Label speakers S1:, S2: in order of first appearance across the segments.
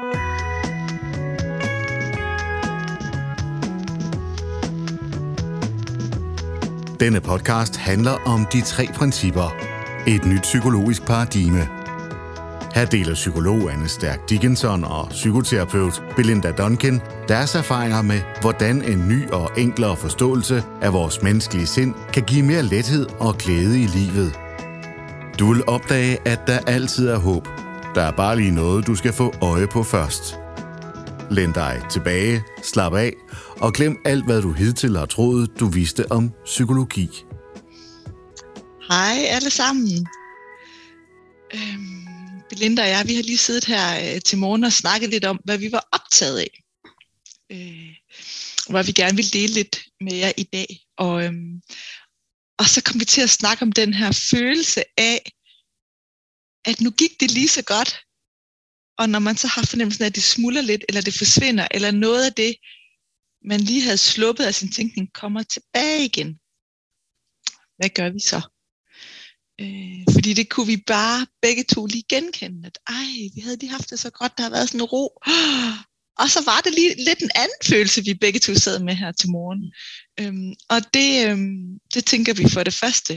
S1: Denne podcast handler om de 3 principper. Et nyt psykologisk paradigme. Her deler psykolog Anne Stærk Dickinson og psykoterapeut Belinda Duncan deres erfaringer med, hvordan en ny og enklere forståelse af vores menneskelige sind kan give mere lethed og glæde i livet. Du vil opdage, at der altid er håb. Der er bare lige noget, du skal få øje på først. Læn dig tilbage, slap af og glem alt, hvad du hidtil har troet, du vidste om psykologi.
S2: Hej alle sammen. Belinda og jeg, vi har lige siddet her til morgen og snakket lidt om, hvad vi var optaget af. Hvad vi gerne ville dele lidt med jer i dag. Og så kom vi til at snakke om den her følelse af, at nu gik det lige så godt. Og når man så har fornemmelsen af, at det smuldrer lidt, eller det forsvinder, eller noget af det, man lige havde sluppet af sin tænkning, kommer tilbage igen. Hvad gør vi så? Fordi det kunne vi bare begge to lige genkende, at vi havde lige haft det så godt, der har været sådan en ro. Og så var det lige lidt en anden følelse, vi begge to sad med her til morgen. Og det tænker vi for det første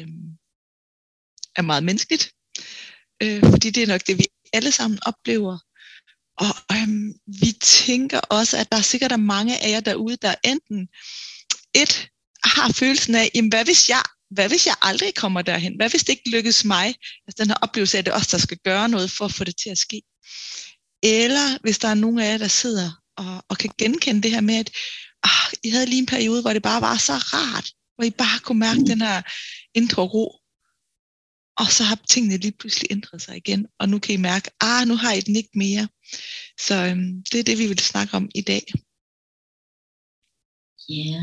S2: er meget menneskeligt. Fordi det er nok det, vi alle sammen oplever. Og vi tænker også, at der sikkert er mange af jer derude, der enten har følelsen af, jamen, hvad hvis jeg aldrig kommer derhen? Hvad hvis det ikke lykkes mig? Altså den her oplevelse af, at det er os, der skal gøre noget for at få det til at ske. Eller hvis der er nogen af jer, der sidder og kan genkende det her med, at I havde lige en periode, hvor det bare var så rart, hvor I bare kunne mærke den her indre ro. Og så har tingene lige pludselig ændret sig igen, og nu kan I mærke, nu har I den ikke mere. Så det er det, vi vil snakke om i dag.
S3: Ja.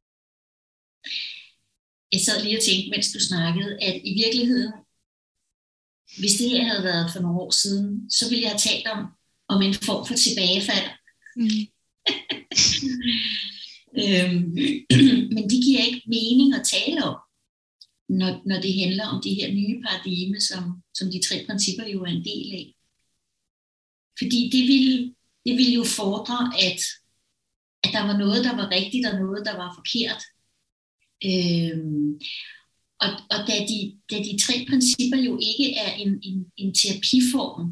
S3: Jeg sad lige og tænkte, mens du snakkede, at i virkeligheden, hvis det her havde været for nogle år siden, så ville jeg have talt om en form for tilbagefald. Men det giver ikke mening at tale om, når det handler om det her nye paradigme, som de 3 principper jo er en del af. Fordi det ville jo fordre, at der var noget, der var rigtigt, og noget, der var forkert. Og da de 3 principper jo ikke er en terapiform,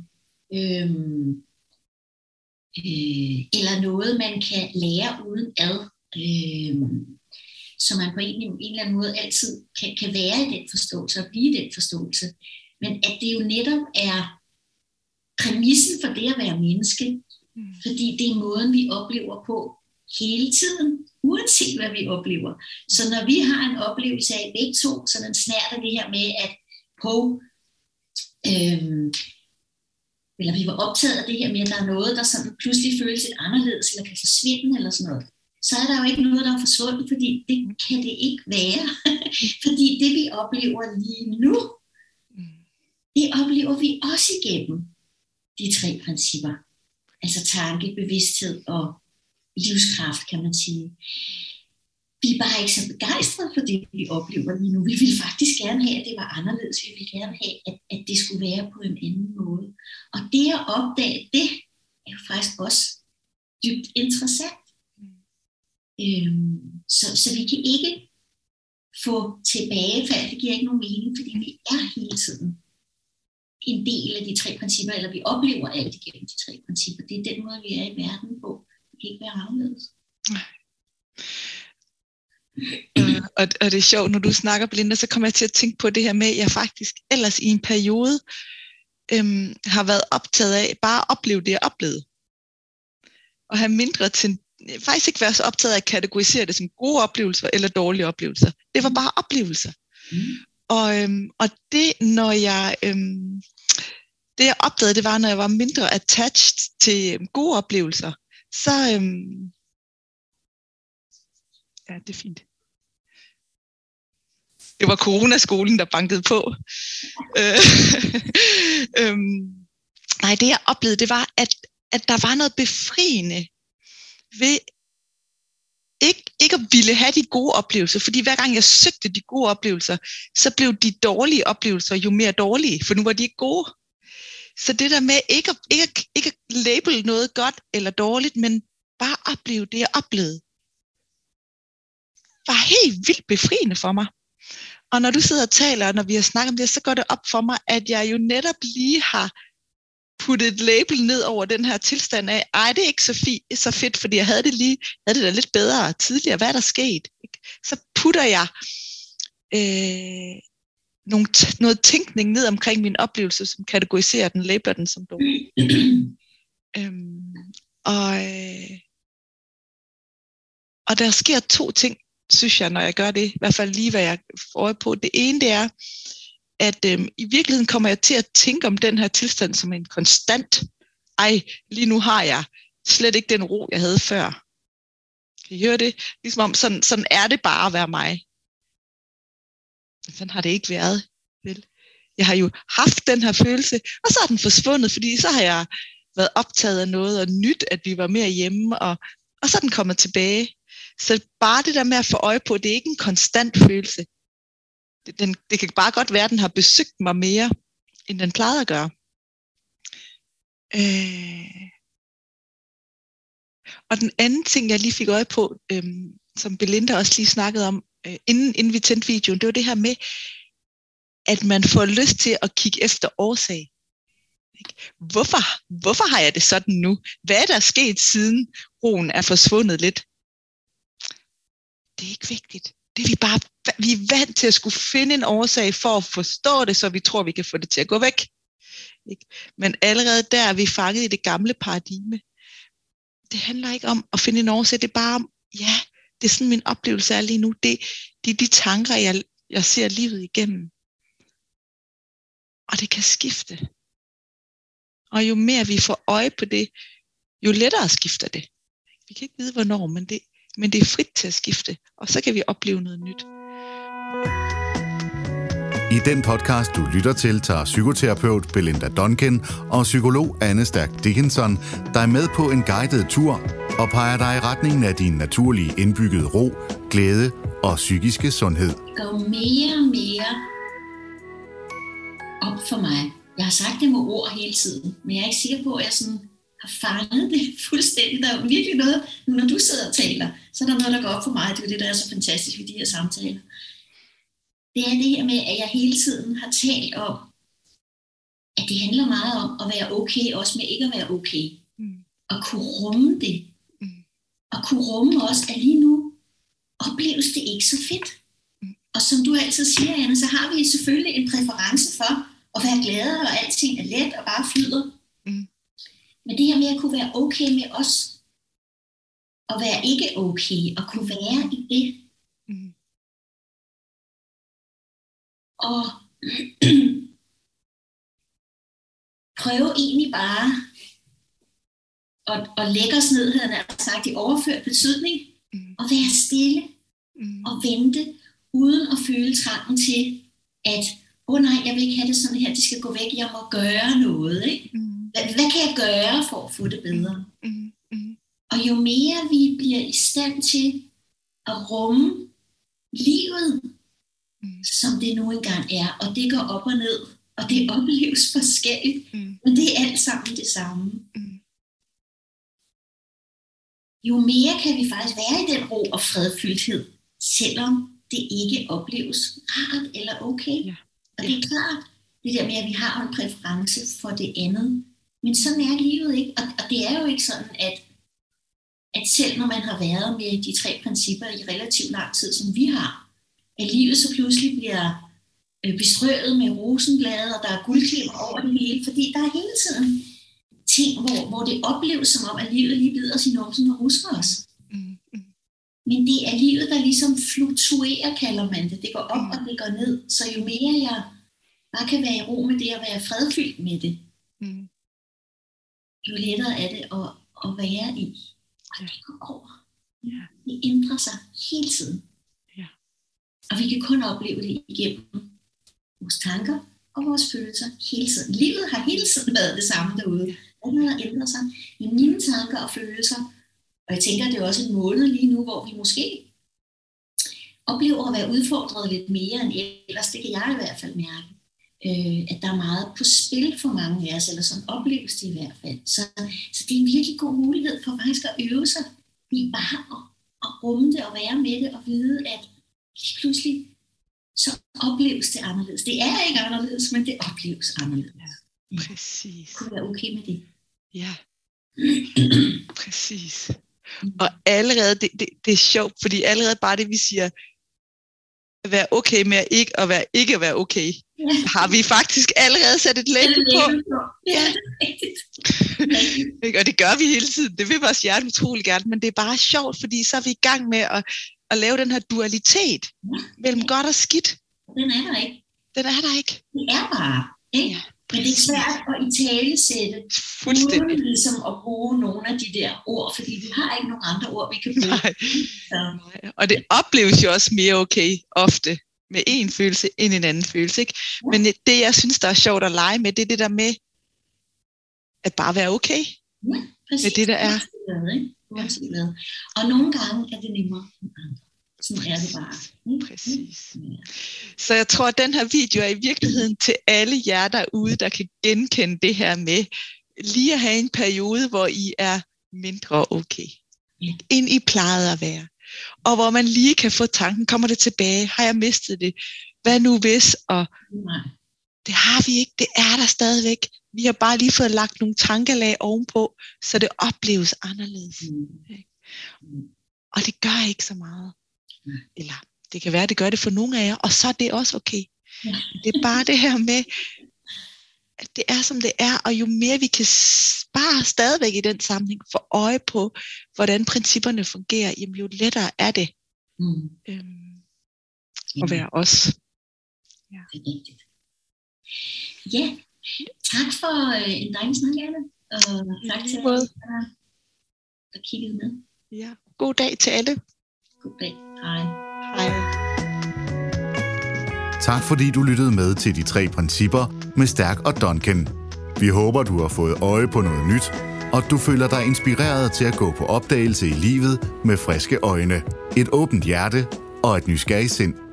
S3: eller noget, man kan lære uden ad, så man på en eller anden måde altid kan være i den forståelse og blive i den forståelse. Men at det jo netop er præmissen for det at være menneske, fordi det er måden, vi oplever på hele tiden, uanset hvad vi oplever. Så når vi har en oplevelse af begge to, så den snærter det her med, at eller vi var optaget af det her med, at der er noget, der sådan pludselig føles lidt anderledes, eller kan forsvinde, eller sådan noget, så er der jo ikke noget, der er forsvundet, fordi det kan det ikke være. Fordi det, vi oplever lige nu, det oplever vi også igennem de 3 principper. Altså tanke, bevidsthed og livskraft, kan man sige. Vi er bare ikke så begejstrede for det, vi oplever lige nu. Vi vil faktisk gerne have, at det var anderledes. Vi vil gerne have, at det skulle være på en anden måde. Og det at opdage det, er jo faktisk også dybt interessant. Så vi kan ikke få tilbagefald. Det giver ikke nogen mening, fordi vi er hele tiden en del af de 3 principper, eller vi oplever alt igennem de 3 principper. Det er den måde, vi er i verden på. Det kan ikke være anderledes.
S2: Og det er sjovt, når du snakker, Belinda, så kommer jeg til at tænke på det her med, at jeg faktisk ellers i en periode har været optaget af bare at opleve det, jeg oplevede. Og have mindre til faktisk ikke være så optaget af at kategorisere det som gode oplevelser eller dårlige oplevelser. Det var bare oplevelser. Og det, når jeg det jeg opdagede, det var, når jeg var mindre attached til gode oplevelser, så ja, det er fint. Det var coronaskolen, der bankede på. Nej, det jeg oplevede, det var, at der var noget befriende ved ikke at ville have de gode oplevelser, fordi hver gang jeg søgte de gode oplevelser, så blev de dårlige oplevelser jo mere dårlige, for nu var de ikke gode. Så det der med ikke at label noget godt eller dårligt, men bare opleve det, jeg oplevede, var helt vildt befriende for mig. Og når du sidder og taler, og når vi har snakket om det, så går det op for mig, at jeg jo netop lige har puttet et label ned over den her tilstand af, det er ikke så fedt, fordi jeg havde det da lidt bedre tidligere. Hvad er der sket? Så putter jeg noget tænkning ned omkring min oplevelse, som kategoriserer den, labeler den som dårlig. Og der sker 2 ting, synes jeg, når jeg gør det, i hvert fald lige hvad jeg får øje på. Det ene, det er, at i virkeligheden kommer jeg til at tænke om den her tilstand som en konstant. Lige nu har jeg slet ikke den ro, jeg havde før. Kan I høre det? Ligesom om, sådan er det bare at være mig. Men sådan har det ikke været. Vel? Jeg har jo haft den her følelse, og så er den forsvundet, fordi så har jeg været optaget af noget, og nyt, at vi var mere hjemme, og så er den kommet tilbage. Så bare det der med at få øje på, det er ikke en konstant følelse. Det kan bare godt være, at den har besøgt mig mere, end den plejede at gøre. Og den anden ting, jeg lige fik øje på, som Belinda også lige snakkede om, inden vi tændte videoen, det var det her med, at man får lyst til at kigge efter årsag. Hvorfor har jeg det sådan nu? Hvad er der sket, siden roen er forsvundet lidt? Det er ikke vigtigt. Vi er vant til at skulle finde en årsag for at forstå det, så vi tror, vi kan få det til at gå væk. Men allerede der er vi fanget i det gamle paradigme. Det handler ikke om at finde en årsag, det er bare om, det er sådan min oplevelse er lige nu. Det er de tanker, jeg ser livet igennem. Og det kan skifte. Og jo mere vi får øje på det, jo lettere skifter det. Vi kan ikke vide, hvornår, men det er frit til at skifte, og så kan vi opleve noget nyt.
S1: I den podcast, du lytter til, tager psykoterapeut Belinda Duncan og psykolog Anne Stærk Dickinson dig med på en guided tur og peger dig i retningen af din naturlige indbyggede ro, glæde og psykiske sundhed.
S3: Det går mere og mere op for mig. Jeg har sagt det med ord hele tiden, men jeg er ikke sikker på, at jeg sådan har fanget det fuldstændig. Der er jo virkelig noget, når du sidder og taler, så er der noget, der går op for mig. Det er jo det, der er så fantastisk ved de her samtaler. Det er det her med, at jeg hele tiden har talt om, at det handler meget om at være okay, også med ikke at være okay. Og kunne rumme det. Og kunne rumme også, at lige nu opleves det ikke så fedt. Og som du altid siger, Anne, så har vi selvfølgelig en præference for at være glade, og alting er let og bare flyder. Men det her med at kunne være okay med os, og være ikke okay, og kunne være i det. Og prøve egentlig bare at lægge os ned, havde jeg sagt, i overført betydning, og være stille og vente, uden at føle trangen til, at nej, jeg vil ikke have det sådan her, det skal gå væk, jeg må gøre noget, ikke? Hvad kan jeg gøre for at få det bedre? Og jo mere vi bliver i stand til at rumme livet, som det nu engang er, og det går op og ned, og det opleves forskelligt, men det er alt sammen det samme. Jo mere kan vi faktisk være i den ro og fredfyldthed, selvom det ikke opleves rart eller okay. Og det er klart, det der med, at vi har en præference for det andet. Men sådan er livet ikke. Og det er jo ikke sådan, at selv når man har været med de 3 principper i relativt lang tid, som vi har, at livet så pludselig bliver bestrøget med rosenblade, og der er guldklimmer over det hele. Fordi der er hele tiden ting, hvor det opleves som om, at livet lige bider os i numsen og rusker os. Men det er livet, der ligesom fluktuerer, kalder man det. Det går op, og det går ned. Så jo mere jeg bare kan være i ro med det, og være fredfyldt med det, jo lettere er det at være i. Og det går over. Det ændrer sig hele tiden. Og vi kan kun opleve det igennem vores tanker og vores følelser hele tiden. Livet har hele tiden været det samme derude. Der er noget, der ændrer sig i mine tanker og følelser. Og jeg tænker, at det er også en måned lige nu, hvor vi måske oplever at være udfordret lidt mere end ellers. Det kan jeg i hvert fald mærke. at der er meget på spil for mange af os, eller sådan opleves det i hvert fald. Så det er en virkelig god mulighed for faktisk at øve sig i bare at rumme det og være med det og vide, at lige pludselig så opleves det anderledes. Det er ikke anderledes, men det opleves anderledes.
S2: Ja, præcis.
S3: Kunne være okay med det.
S2: Ja, præcis. Og allerede, det er sjovt, fordi allerede bare det, vi siger, at være okay med ikke at være okay, har vi faktisk allerede sat et label på.
S3: Ja,
S2: og det gør vi hele tiden. Det vil vores hjerte utrolig gerne, men det er bare sjovt, fordi så er vi i gang med at lave den her dualitet mellem godt og skidt.
S3: Den er der ikke.
S2: Den er der ikke.
S3: Det er bare, ikke? Ja. Men det er svært at italesætte,
S2: fuldstændig,
S3: uden ligesom at bruge nogle af de der ord, fordi vi har ikke nogen andre ord, vi kan bruge.
S2: Nej. Og det opleves jo også mere okay ofte med en følelse end en anden følelse, ikke? Ja. Men det, jeg synes, der er sjovt at lege med, det er det der med at bare være okay.
S3: Ja, præcis.
S2: Med det, der er.
S3: Og nogle gange er det nemmere end andre. Sådan er det bare.
S2: Præcis. Så jeg tror, at den her video er i virkeligheden til alle jer derude, der kan genkende det her med lige at have en periode, hvor I er mindre okay. End I plejede at være. Og hvor man lige kan få tanken, kommer det tilbage? Har jeg mistet det? Hvad nu hvis? Og det har vi ikke. Det er der stadigvæk. Vi har bare lige fået lagt nogle tankelag ovenpå, så det opleves anderledes. Og det gør ikke så meget. Eller det kan være, det gør det for nogle af jer, og så er det også okay. Det er bare det her med, at det er som det er, og jo mere vi kan bare stadigvæk i den sammenhæng få øje på, hvordan principperne fungerer, jamen jo lettere er det at være os.
S3: Ja. Det er rigtigt. Ja, tak for en dejlig snak, Anne. Og tak til alle, der kiggede med.
S2: Ja, god dag til alle.
S3: God dag. Hej.
S2: Hej.
S1: Tak fordi du lyttede med til de 3 principper med Stærk og Duncan. Vi håber, du har fået øje på noget nyt, og du føler dig inspireret til at gå på opdagelse i livet med friske øjne, et åbent hjerte og et nysgerrigt sind.